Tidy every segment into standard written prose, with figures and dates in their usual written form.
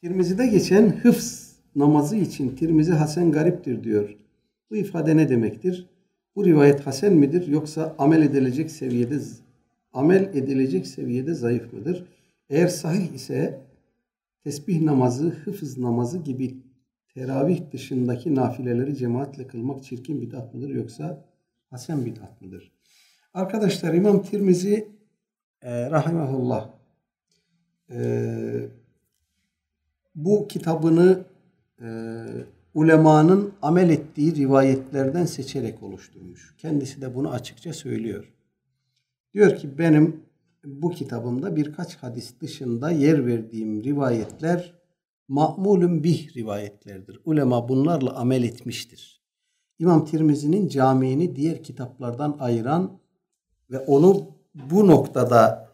Tirmizi'de geçen hıfz namazı için Tirmizi hasen gariptir diyor. Bu ifade ne demektir? Bu rivayet hasen midir yoksa amel edilecek seviyede zayıf mıdır? Eğer sahih ise tesbih namazı, hıfz namazı gibi teravih dışındaki nafileleri cemaatle kılmak çirkin bid'at mıdır yoksa hasen bid'at mıdır? Arkadaşlar İmam Tirmizi rahimahullah bu kitabını ulemanın amel ettiği rivayetlerden seçerek oluşturmuş. Kendisi de bunu açıkça söylüyor. Diyor ki benim bu kitabımda birkaç hadis dışında yer verdiğim rivayetler ma'mulun bih rivayetlerdir. Ulema bunlarla amel etmiştir. İmam Tirmizi'nin Cami'ni diğer kitaplardan ayıran ve onu bu noktada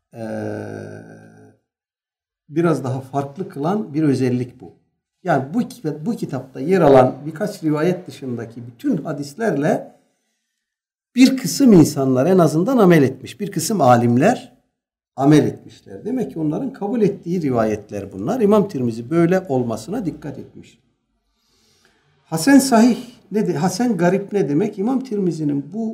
biraz daha farklı kılan bir özellik bu. Yani bu kitapta yer alan birkaç rivayet dışındaki bütün hadislerle bir kısım insanlar en azından amel etmiş. Bir kısım alimler amel etmişler. Demek ki onların kabul ettiği rivayetler bunlar. İmam Tirmizi böyle olmasına dikkat etmiş. Hasen sahih ne Hasen garip ne demek? İmam Tirmizi'nin bu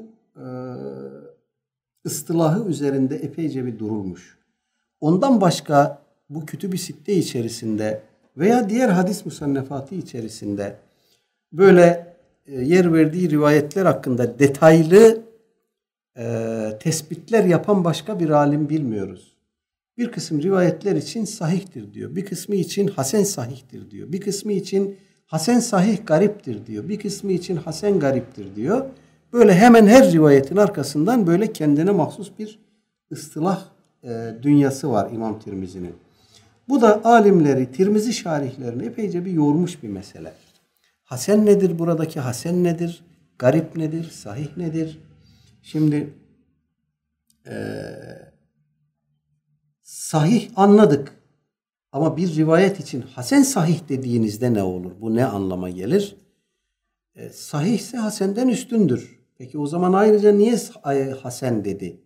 ıstılahı üzerinde epeyce bir durulmuş. Ondan başka bu Kütüb-i Sitte içerisinde veya diğer hadis musannefatı içerisinde böyle yer verdiği rivayetler hakkında detaylı tespitler yapan başka bir alim bilmiyoruz. Bir kısım rivayetler için sahihtir diyor. Bir kısmı için hasen sahihtir diyor. Bir kısmı için hasen sahih gariptir diyor. Bir kısmı için hasen gariptir diyor. Böyle hemen her rivayetin arkasından böyle kendine mahsus bir ıstılah dünyası var İmam Tirmizi'nin. Bu da alimleri, Tirmizi şarihlerini epeyce bir yormuş bir mesele. Hasen nedir buradaki? Hasen nedir? Garip nedir? Sahih nedir? Şimdi sahih anladık. Ama bir rivayet için hasen sahih dediğinizde ne olur? Bu ne anlama gelir? Sahih ise hasenden üstündür. Peki o zaman ayrıca niye hasen dedi?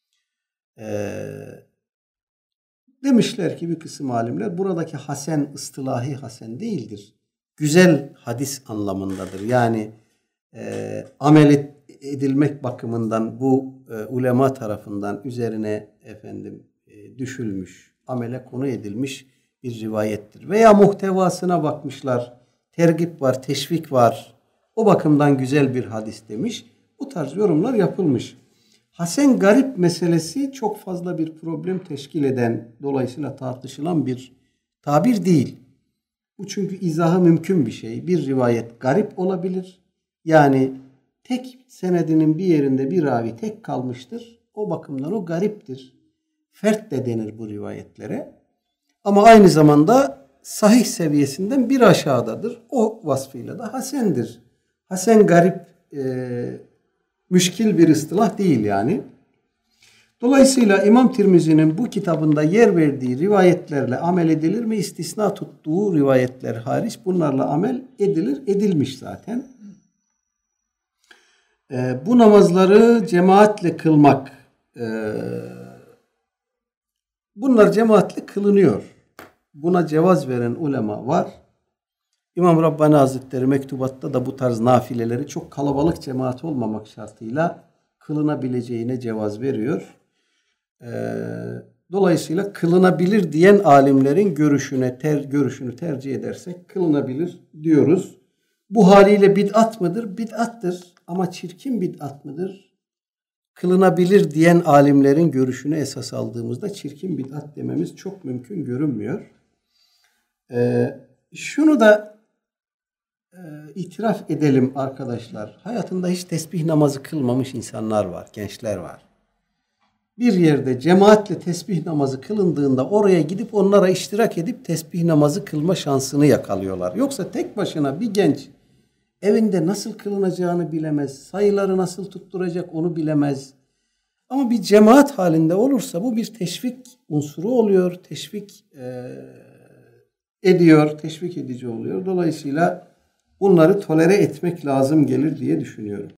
Demişler ki bir kısım alimler buradaki hasen ıstılahi hasen değildir. Güzel hadis anlamındadır. Yani amel edilmek bakımından bu ulema tarafından üzerine düşülmüş, amele konu edilmiş bir rivayettir. Veya muhtevasına bakmışlar. Tergip var, teşvik var. O bakımdan güzel bir hadis demiş. Bu tarz yorumlar yapılmış. Hasen garip meselesi çok fazla bir problem teşkil eden, dolayısıyla tartışılan bir tabir değil. Bu çünkü izahı mümkün bir şey. Bir rivayet garip olabilir. Yani tek senedinin bir yerinde bir ravi tek kalmıştır. O bakımdan o gariptir. Fert de denir bu rivayetlere. Ama aynı zamanda sahih seviyesinden bir aşağıdadır. O vasfıyla da hasendir. Hasen garip müşkil bir ıstılah değil yani. Dolayısıyla İmam Tirmizi'nin bu kitabında yer verdiği rivayetlerle amel edilir mi? İstisna tuttuğu rivayetler hariç bunlarla amel edilir, edilmiş zaten. Bu namazları cemaatle kılmak, bunlar cemaatle kılınıyor. Buna cevaz veren ulema var. İmam Rabbani Hazretleri mektubatta da bu tarz nafileleri çok kalabalık cemaat olmamak şartıyla kılınabileceğine cevaz veriyor. Dolayısıyla kılınabilir diyen alimlerin görüşünü tercih edersek kılınabilir diyoruz. Bu haliyle bid'at mıdır? Bid'attır. Ama çirkin bid'at mıdır? Kılınabilir diyen alimlerin görüşünü esas aldığımızda çirkin bid'at dememiz çok mümkün görünmüyor. Şunu da itiraf edelim arkadaşlar. Hayatında hiç tesbih namazı kılmamış insanlar var, gençler var. Bir yerde cemaatle tesbih namazı kılındığında oraya gidip onlara iştirak edip tesbih namazı kılma şansını yakalıyorlar. Yoksa tek başına bir genç evinde nasıl kılınacağını bilemez, sayıları nasıl tutturacak onu bilemez. Ama bir cemaat halinde olursa bu bir teşvik unsuru oluyor, teşvik edici oluyor. Dolayısıyla bunları tolere etmek lazım gelir diye düşünüyorum.